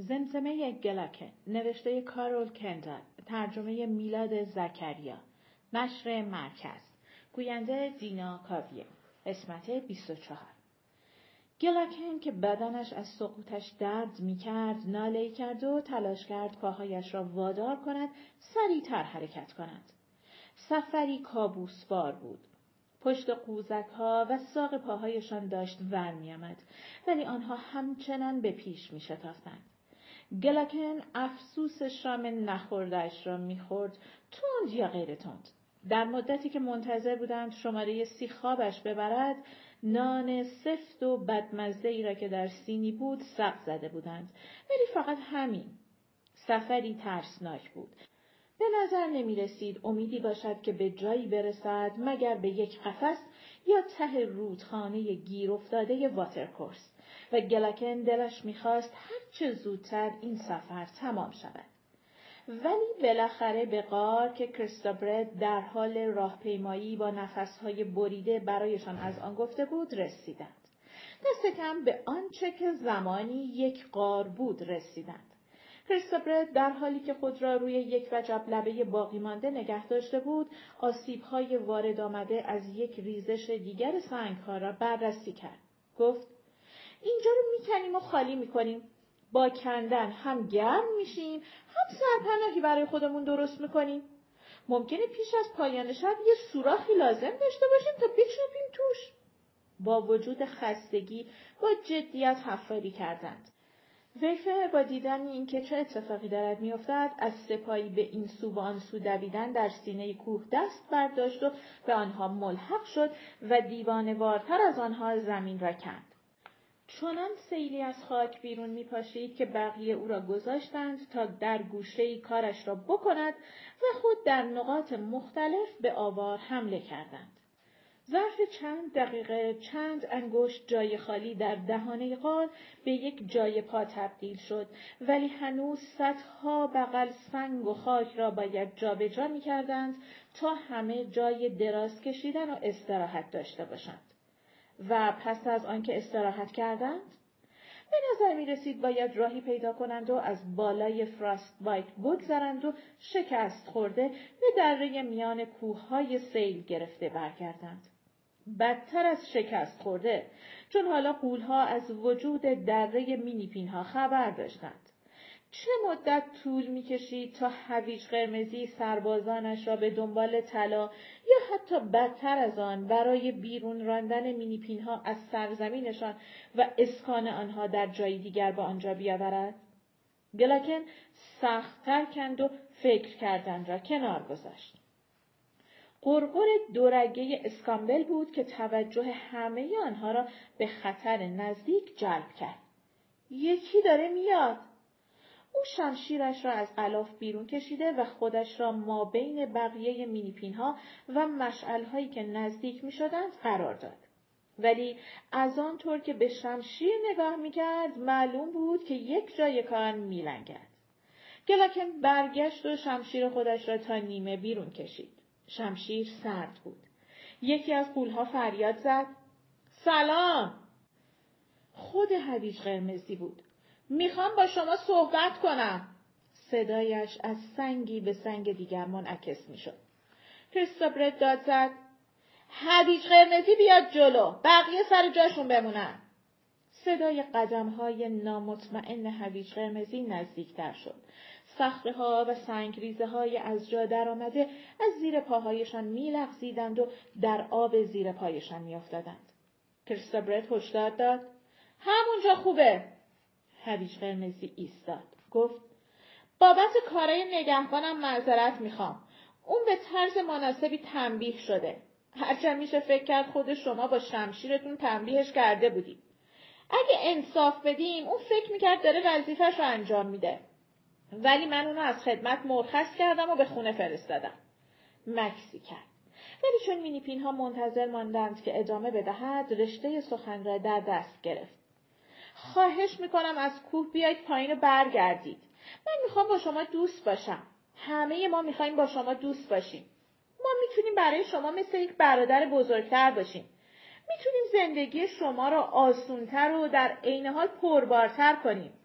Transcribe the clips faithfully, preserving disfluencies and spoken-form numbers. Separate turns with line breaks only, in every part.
زمزمه گلاکن، نوشته کارول کندال، ترجمه میلاد زکریا، نشر مرکز، گوینده دینا کاویه، قسمت بیست و چهار. گلاکن که بدنش از سقوطش درد می‌کرد، ناله‌ای کرد و تلاش کرد پاهایش را وادار کند سریع‌تر حرکت کند. سفری کابوس‌بار بود. پشت قوزک‌ها و ساق پاهایشان داشت ور می‌آمد، ولی آنها همچنان به پیش می‌شتافتند. گلاکن افسوس شام نخورده‌اش را می‌خورد، تند یا غیر تند. در مدتی که منتظر بودند شماره سی خوابش ببرد، نان سفت و بدمزه‌ای را که در سینی بود سقف زده بودند، ولی فقط همین. سفری ترسناک بود. به نظر نمی رسید امیدی باشد که به جایی برسد مگر به یک قفس یا ته رودخانه گیر افتاده واترکورس و گلاکن دلش می‌خواست هر چه زودتر این سفر تمام شود. ولی بالاخره به غار که کریستوبرت در حال راهپیمایی با نفسهای بریده برایشان از آن گفته بود رسیدند. دست کم به آنچه که زمانی یک غار بود رسیدند. کریستوبرت در حالی که خود را روی یک وجب لبه باقی مانده نگه داشته بود، آسیب‌های وارد آمده از یک ریزش دیگر سنگ‌ها را بررسی کرد. گفت: اینجا رو می‌کنیم و خالی می‌کنیم. با کندن هم گرم میشیم، هم سرپناهی برای خودمون درست می‌کنیم. ممکنه پیش از پایان شب یه سوراخی لازم داشته باشیم تا بچوبیم توش. با وجود خستگی با جدیت حرف‌آوری کردند. ویفر با دیدن اینکه چه اتفاقی دارد میافتد از سپایی به این سو و آن سو دویدن در سینه کوه دست برداشت و به آنها ملحق شد و دیوانه‌وارتر از آنها زمین را کند. چنان سیلی از خاک بیرون میپاشید که بقیه او را گذاشتند تا در گوشه‌ای کارش را بکند و خود در نقاط مختلف به آوار حمله کردند. ظرف چند دقیقه چند انگشت جای خالی در دهانه غار به یک جای پا تبدیل شد، ولی هنوز صدها بغل سنگ و خاک را باید جابجا می‌کردند تا همه جای دراز کشیدن و استراحت داشته باشند. و پس از آنکه استراحت کردند، به نظر می رسید باید راهی پیدا کنند و از بالای فراست وایت بگذرند و شکست خورده به دره میان کوههای سیل گرفته برگردند. بدتر از شکست خورده، چون حالا غول‌ها از وجود دره مینیپین‌ها خبر داشتند. چه مدت طول می‌کشید تا هویج قرمزی سربازانش را به دنبال طلا یا حتی بدتر از آن برای بیرون راندن مینیپین‌ها از سرزمینشان و اسکان آنها در جای دیگر به آنجا بیاورد؟ گلاکن سخت‌تر کند و فکر کردن را کنار گذاشت. قرقر دورگه اسکامبل بود که توجه همه آنها را به خطر نزدیک جلب کرد. یکی داره میاد. او شمشیرش را از غلاف بیرون کشیده و خودش را مابین بقیه مینیپین‌ها و مشعل‌هایی که نزدیک می‌شدند قرار داد. ولی از آن طور که به شمشیر نگاه می‌کرد معلوم بود که یک جای کار می‌لنگد. گلاکن برگشت و شمشیر خودش را تا نیمه بیرون کشید. شمشیر سرد بود. یکی از غول‌ها فریاد زد: سلام! خود هویج قرمزی بود. میخوام با شما صحبت کنم. صدایش از سنگی به سنگ دیگر منعکس میشد. کریستوبرت داد زد: هویج قرمزی بیاد جلو، بقیه سر جاشون بمونن. صدای قدم‌های نامطمئن هویج قرمزی نزدیکتر شد. صخره‌ها و سنگریزه‌های از جا در آمده از زیر پاهایشان می‌لغزیدند و در آب زیر پایشان می‌افتادند. کریستوبرت هشدار داد: همونجا خوبه. هویج قرمزی ایستاد. گفت: بابت کارای نگهبانم معذرت میخوام. اون به طرز مناسبی تنبیه شده. هرچند میشه فکر کرد خود شما با شمشیرتون تنبیهش کرده بودید. اگه انصاف بدیم اون فکر میکرد داره وظیفه‌ش رو انجام میده. ولی من اونو از خدمت مرخص کردم و به خونه فرستادم. مکسی کرد. ولی چون مینیپین ها منتظر ماندند که ادامه بدهد، رشته سخن را در دست گرفت. خواهش میکنم از کوه بیایید پایین و برگردید. من میخوام با شما دوست باشم. همه ما میخوایم با شما دوست باشیم. ما میتونیم برای شما مثل یک برادر بزرگتر باشیم. میتونیم زندگی شما را آسونتر و در عین حال پربارتر کنیم.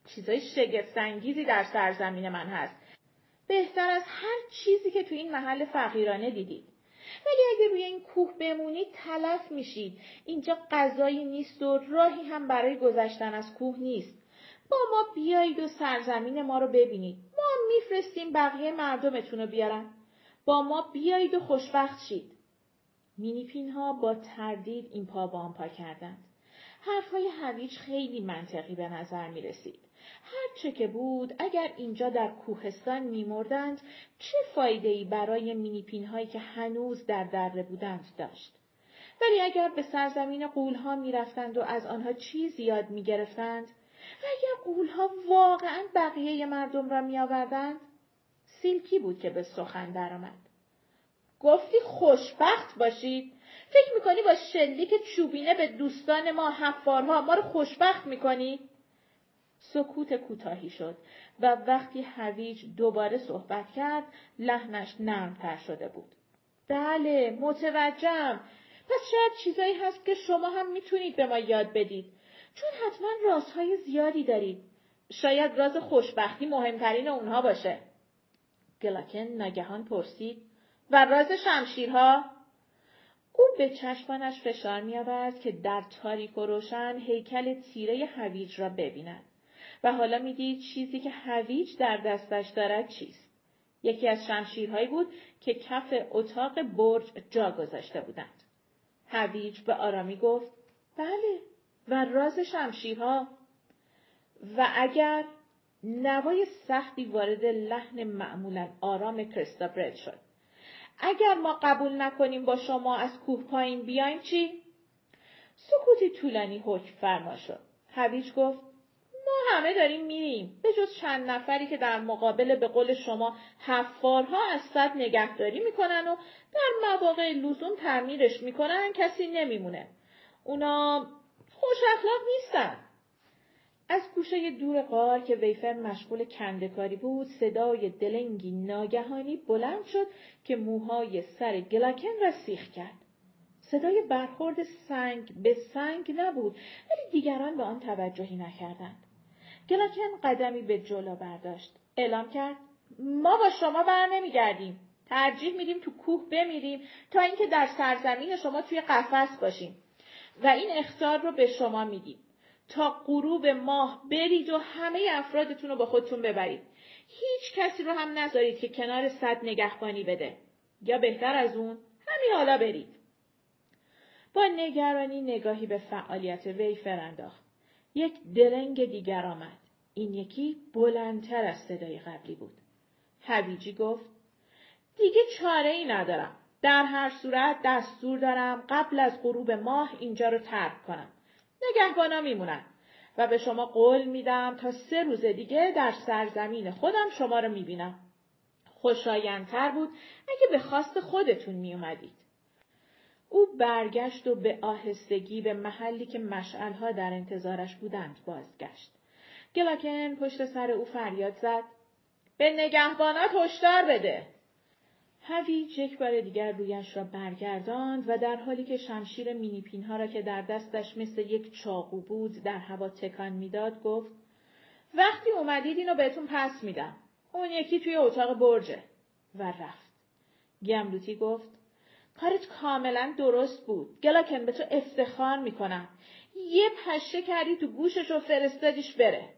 چیزای شگفت‌انگیزی در سرزمین من هست. بهتر از هر چیزی که تو این محل فقیرانه دیدید. ولی اگه روی این کوه بمونید تلف میشید. اینجا غذایی نیست و راهی هم برای گذشتن از کوه نیست. با ما بیایید و سرزمین ما رو ببینید. ما هم میفرستیم بقیه مردمتون رو بیارن. با ما بیایید و خوشبخت شید. مینیپین ها با تردید این پا با آن پا کردند. حرفهای هویج خیلی منطقی به نظر می رسید. هر چه که بود اگر اینجا در کوهستان می مردند چه فایده‌ای برای مینیپین هایی که هنوز در دره بودند داشت. ولی اگر به سرزمین غول ها می رفتند و از آنها چیزی یاد می گرفتند و اگر غول ها واقعا بقیه مردم را می آوردند، سیلکی بود که به سخن درآمد. گفتی خوشبخت باشید؟ فکر میکنی با شلیک چوبینه به دوستان ما حفارها ما رو خوشبخت میکنی؟ سکوت کوتاهی شد و وقتی هویج دوباره صحبت کرد لحنش نرمتر شده بود. بله متوجهم. پس شاید چیزایی هست که شما هم میتونید به ما یاد بدید. چون حتما رازهای زیادی دارید. شاید راز خوشبختی مهمترین اونها باشه. گلاکن ناگهان پرسید و راز شمشیرها؟ او به چشمانش فشار می‌آورد که در تاریک و روشن هیکل تیره هویج را ببیند و حالا می‌دید چیزی که هویج در دستش دارد چیست. یکی از شمشیرهایی بود که کف اتاق برج جا گذاشته بودند. هویج به آرامی گفت بله و راز شمشیرها. و اگر نوای سختی وارد لحن معمولاً آرام کریستابرد شد. اگر ما قبول نکنیم با شما از کوه پایین بیایم چی؟ سکوتی طولانی حکم فرما شد. هویج گفت ما همه داریم میریم. به جز چند نفری که در مقابل به قول شما حفارها از سد نگهداری میکنن و در مواقع لزوم تعمیرش میکنن کسی نمیمونه. اونا خوش اخلاق نیستن. از گوشه دور غار که ویفر مشغول کنده‌کاری بود صدای دلنگی ناگهانی بلند شد که موهای سر گلاکن را سیخ کرد. صدای برخورد سنگ به سنگ نبود ولی دیگران به آن توجهی نکردند. گلاکن قدمی به جلو برداشت. اعلام کرد ما با شما بر نمیگردیم. ترجیح میدیم تو کوه بمیریم تا اینکه در سرزمین شما توی قفس باشیم. و این اخطار رو به شما میدیم. تا غروب ماه برید و همه افرادتون رو با خودتون ببرید. هیچ کسی رو هم نذارید که کنار سد نگهبانی بده. یا بهتر از اون همین حالا برید. با نگرانی نگاهی به فعالیت ویفر انداخت. یک دلنگ دیگر آمد. این یکی بلندتر از صدای قبلی بود. هویجی گفت دیگه چاره ای ندارم. در هر صورت دستور دارم قبل از غروب ماه اینجا رو ترک کنم. نگهبانا میمونن و به شما قول میدم تا سه روز دیگه در سرزمین خودم شما رو میبینم. خوشایندتر بود اگه به خواست خودتون میومدید. او برگشت و به آهستگی به محلی که مشعلها در انتظارش بودند بازگشت. گلاکن پشت سر او فریاد زد به نگهبانات هشدار بده. هویج یک بار دیگر رویش را برگرداند و در حالی که شمشیر مینیپین‌ها را که در دستش مثل یک چاقو بود در هوا تکان میداد گفت وقتی اومدید اینو بهتون پس میدم. اون یکی توی اتاق برجه. و رفت. گملوتی گفت کارت کاملا درست بود. گلاکن به تو افتخار میکنم. یه پشه کردی تو گوشش و فرستادیش بره.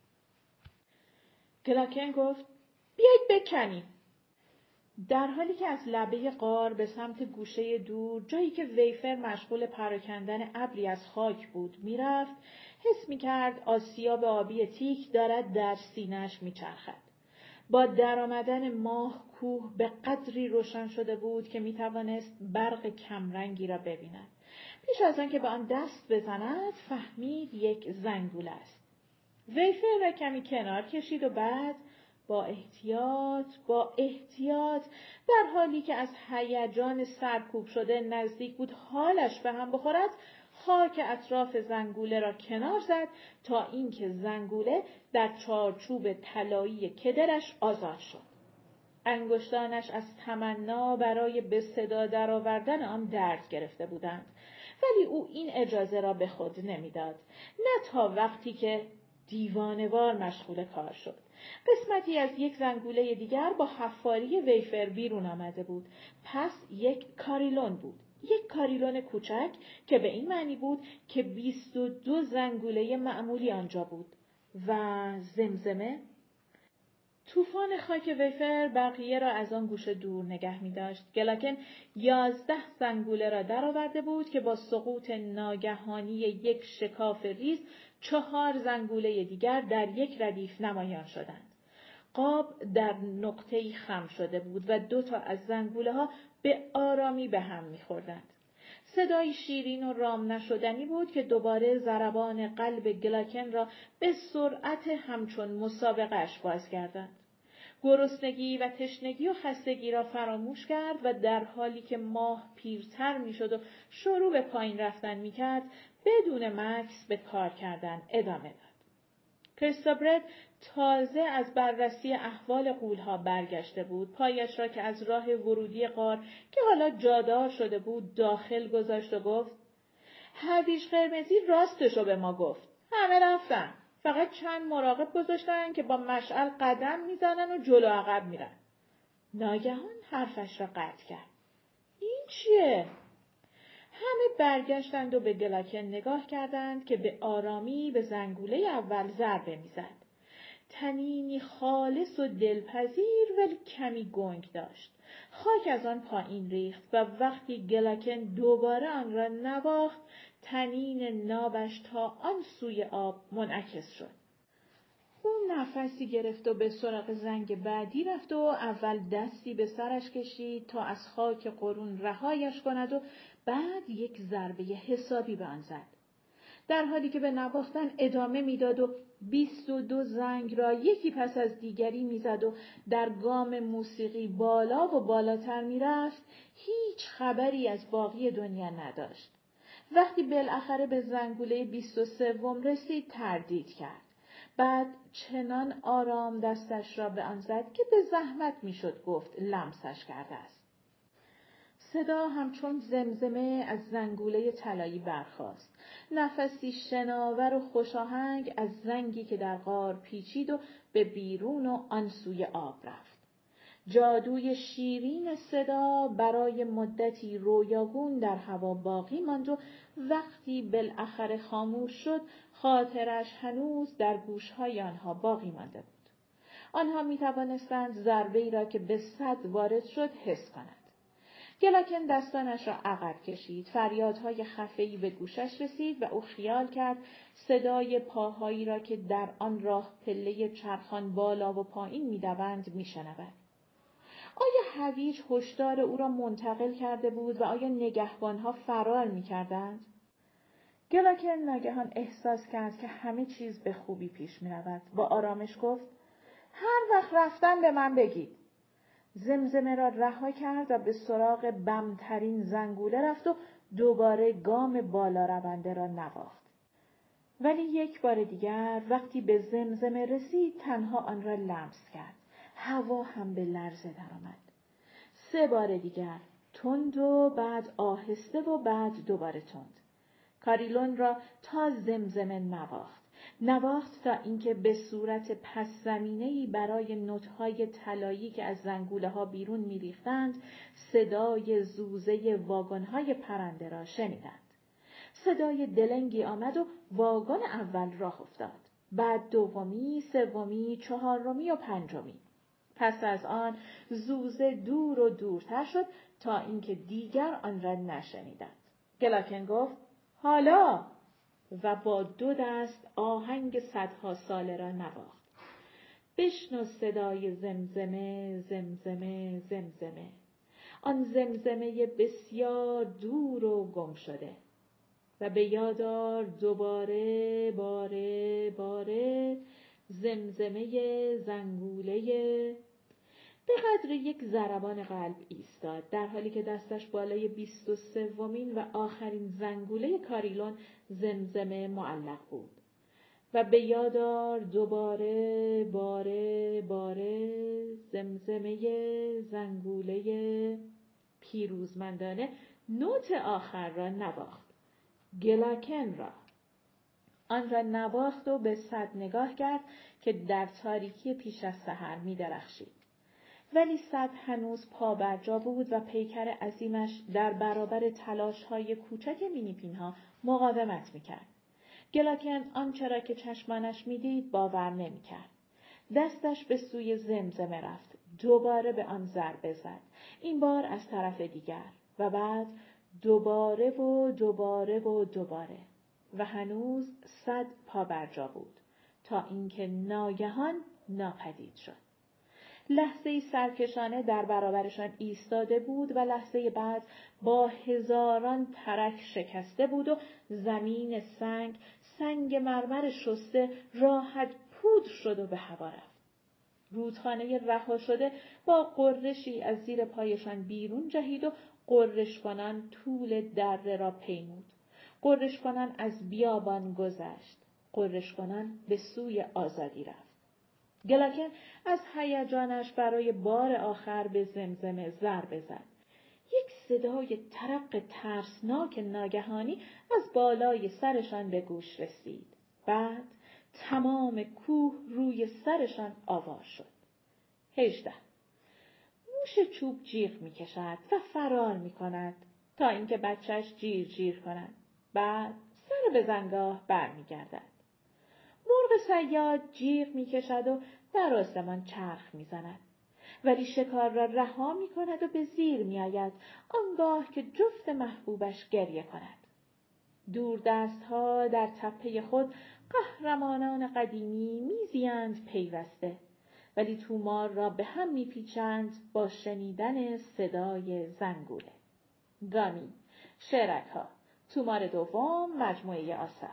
گلاکن گفت بیایید بکنیم. در حالی که از لبه غار به سمت گوشه دور جایی که ویفر مشغول پراکندن ابری از خاک بود میرفت حس میکرد آسیاب آبی تیک دارد در سینه‌اش میچرخد. با درآمدن ماه کوه به قدری روشن شده بود که میتوانست برق کمرنگی را ببیند. پیش از آن که به آن دست بزند فهمید یک زنگوله است. ویفر را کمی کنار کشید و بعد با احتیاط با احتیاط در حالی که از هیجان سرکوب شده نزدیک بود حالش به هم بخورد خاک اطراف زنگوله را کنار زد تا اینکه زنگوله در چارچوب طلایی کدرش آزاد شد. انگشتانش از تمنا برای به صدا درآوردن آن درد گرفته بودند ولی او این اجازه را به خود نمیداد. نه تا وقتی که دیوانه‌وار مشغول کار شد. قسمتی از یک زنگوله دیگر با حفاری ویفر بیرون آمده بود. پس یک کاریلون بود. یک کاریلون کوچک که به این معنی بود که بیست و دو زنگوله معمولی آنجا بود. و زمزمه؟ طوفان خاک ویفر بقیه را از آن گوشه دور نگه می داشت. گلاکن یازده زنگوله را درآورده بود که با سقوط ناگهانی یک شکاف ریز چهار زنگوله دیگر در یک ردیف نمایان شدند. قاب در نقطه‌ای خم شده بود و دو تا از زنگوله ها به آرامی به هم می خوردند. صدای شیرین و رام نشدنی بود که دوباره ضربان قلب گلاکن را به سرعت همچون مسابقه‌اش بازگرداند. گرسنگی و تشنگی و خستگی را فراموش کرد و در حالی که ماه پیرتر میشد و شروع به پایین رفتن میکرد بدون مکث به کار کردن ادامه داد. کریستوبرد تازه از بررسی احوال غول‌ها برگشته بود. پایش را که از راه ورودی غار که حالا جادار شده بود داخل گذاشت و گفت: هویج قرمزی راستشو به ما گفت. همه رفتن. فقط چند مراقب گذاشتن که با مشعل قدم میزنن و جلو عقب میرن. ناگهان حرفش را قطع کرد. این چیه؟ همه برگشتند و به گلاکن نگاه کردند که به آرامی به زنگوله اول ضربه میزد. تنینی خالص و دلپذیر ولی کمی گنگ داشت. خاک از آن پایین ریخت و وقتی گلاکن دوباره آن را نواخت، تنین نابش تا آن سوی آب منعکس شد. او نفسی گرفت و به سراغ زنگ بعدی رفت و اول دستی به سرش کشید تا از خاک قرون رهایش کند و بعد یک ضربه حسابی به آن زد. در حالی که به نواختن ادامه میداد و بیست و دو زنگ را یکی پس از دیگری میزد و در گام موسیقی بالا و بالاتر میرفت، هیچ خبری از باقی دنیا نداشت. وقتی بالاخره به زنگوله بیست و سوم رسید تردید کرد. بعد چنان آرام دستش را به آن زد که به زحمت میشد گفت لمسش کرده است. صدا همچون زمزمه از زنگوله طلایی برخاست. نفسی شناور و خوشاهنگ از زنگی که در غار پیچید و به بیرون و آن سوی آب رفت. جادوی شیرین صدا برای مدتی رویاگون در هوا باقی ماند و وقتی بالاخره خاموش شد، خاطرش هنوز در گوشهای آنها باقی مانده بود. آنها می توانستند ضربه‌ای را که به صد وارد شد حس کنند. گلاکن دستانش را عقب کشید. فریادهای خفه‌ای به گوشش رسید و او خیال کرد صدای پاهایی را که در آن راه پله چرخان بالا و پایین می‌دوند می‌شنود. آیا هویج هشدار او را منتقل کرده بود و آیا نگهبانها فرار می‌کردند؟ گلاکن ناگهان احساس کرد که همه چیز به خوبی پیش می‌رود. با آرامش گفت: هر وقت رفتن به من بگید. زمزمه را رها کرد و به سراغ بمترین زنگوله رفت و دوباره گام بالا رونده را نواخت. ولی یک بار دیگر وقتی به زمزمه رسید تنها آن را لمس کرد. هوا هم به لرزه درآمد. سه بار دیگر تند و بعد آهسته و بعد دوباره تند. کاریلون را تا زمزمه نواخت. نواخت تا اینکه به صورت پس زمینه‌ای برای نوت‌های طلایی که از زنگوله‌ها بیرون می‌ریختند صدای زوزه واگن‌های پرنده را شنیدند. صدای دلنگی آمد و واگن اول راه افتاد. بعد دومی، سومی، چهارمی و پنجمی. پس از آن زوزه دور و دورتر شد تا اینکه دیگر آن را نشنیدند. گلاکن گفت: حالا، و با دو دست آهنگ صدها ساله را نواخت. بشنو صدای زمزمه، زمزمه، زمزمه. آن زمزمه بسیار دور و گم شده. و به یادار دوباره باره باره زمزمه زنگوله. به قدر یک ضربان قلب ایستاد در حالی که دستش بالای بیست و سومین و آخرین زنگوله کاریلون زمزمه معلق بود. و به یادار دوباره باره باره زمزمه زنگوله. پیروزمندانه نوت آخر را نواخت. گلاکن را. آن را نواخت و به سد نگاه کرد که در تاریکی پیش از سحر می درخشید. ولی سد هنوز پا بر جا بود و پیکر عظیمش در برابر تلاش‌های کوچک مینیپین‌ها مقاومت می‌کرد. گلاکن آنچه را که چشمانش می‌دید باور نمی‌کرد. دستش به سوی زمزمه رفت. دوباره به آن ضربه زد. این بار از طرف دیگر و بعد دوباره و دوباره و دوباره و هنوز سد پا بر جا بود تا اینکه ناگهان ناپدید شد. لحظه‌ای سرکشانه در برابرشان ایستاده بود و لحظه بعد با هزاران ترک شکسته بود و زمین سنگ، سنگ مرمر شسته راحت پودر شد و به هوا رفت. رودخانه رها شده با قرشی از زیر پایشان بیرون جهید و قرش کنان طول دره را پیمود. قرش کنان از بیابان گذشت. قرش کنان به سوی آزادی رفت. گلاکن از هیجانش برای بار آخر به زمزمه ضربه زد. یک صدای ترق ترسناک ناگهانی از بالای سرشان به گوش رسید. بعد تمام کوه روی سرشان آوار شد. هجده. موش چوب جیغ می کشد و فرار می کند تا اینکه بچهش جیر جیر کند. بعد سر به زنگاه بر می گردد. مرغ صیاد جیغ می کشد و در آسمان چرخ می زند. ولی شکار را رها می کند و به زیر می آید آنگاه که جفت محبوبش گریه کند. دوردست ها در تپه خود قهرمانان قدیمی می زیند پیوسته. ولی تومار را به هم می پیچند با شنیدن صدای زنگوله. گامی، شرک ها، تومار دوم، مجموعه آثار.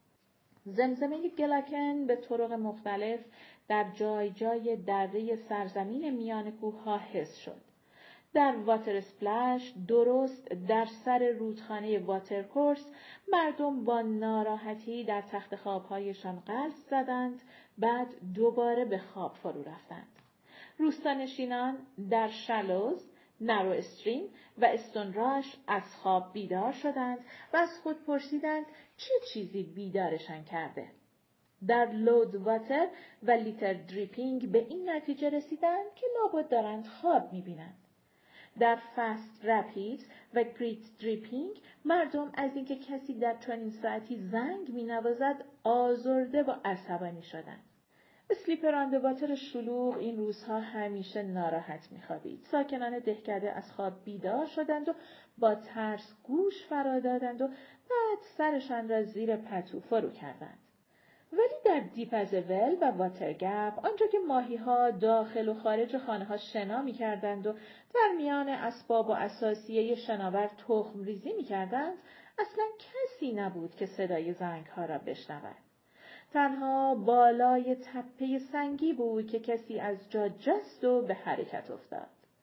زمزمه گلاکن به طرق مختلف در جای جای دره سرزمین میان کوه‌ها حس شد. در واتر اسپلش، درست در سر رودخانه واترکورس، مردم با ناراحتی در تخت خوابهایشان قلس زدند، بعد دوباره به خواب فرو رفتند. روستانشینان در شالوز، نرو استریم و استونراش از خواب بیدار شدند و از خود پرسیدند چه چیزی بیدارشان کرده. در لود واتر و لیتر دریپینگ به این نتیجه رسیدند که لابد دارند خواب می‌بینند. در فست رپیدز و گریت دریپینگ مردم از اینکه کسی در چنین ساعتی زنگ می‌نوازد آزرده و عصبانی شدند. اسلیپر آن د واتر شلوغ این روزها همیشه ناراحت می‌خوابید. ساکنان دهکده از خواب بیدار شدند و با ترس گوش فرا دادند و بعد سرشان را زیر پتو فرو کردند. ولی در دیپ از ول و واترگپ، آنجا که ماهی‌ها داخل و خارج خانه‌ها شنا می‌کردند و در میان اسباب و اساسیه شناور تخم ریزی می‌کردند، اصلاً کسی نبود که صدای زنگ‌ها را بشنود. تنها بالای تپه سنگی بود که کسی از جا جست و به حرکت افتاد.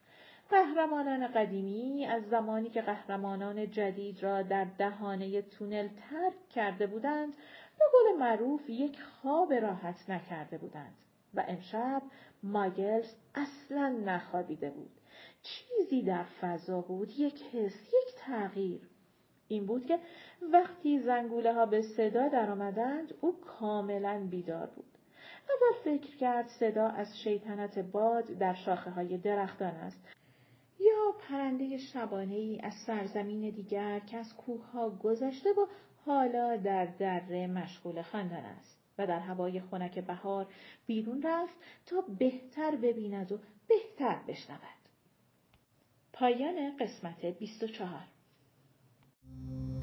قهرمانان قدیمی از زمانی که قهرمانان جدید را در دهانه تونل ترک کرده بودند، به قول معروف یک خواب راحت نکرده بودند و امشب ماگلز اصلاً نخوابیده بود. چیزی در فضا بود، یک حس، یک تغییر. این بود که وقتی زنگوله ها به صدا در آمدند، او کاملاً بیدار بود. اول فکر کرد صدا از شیطنت باد در شاخه های درختان است، یا پرنده شبانه‌ای از سرزمین دیگر که از کوه‌ها گذشته و حالا در دره مشغول خواندن است و در هوای خنک بهار بیرون رفت تا بهتر ببیند و بهتر بشنود. پایان قسمت بیست و چهار.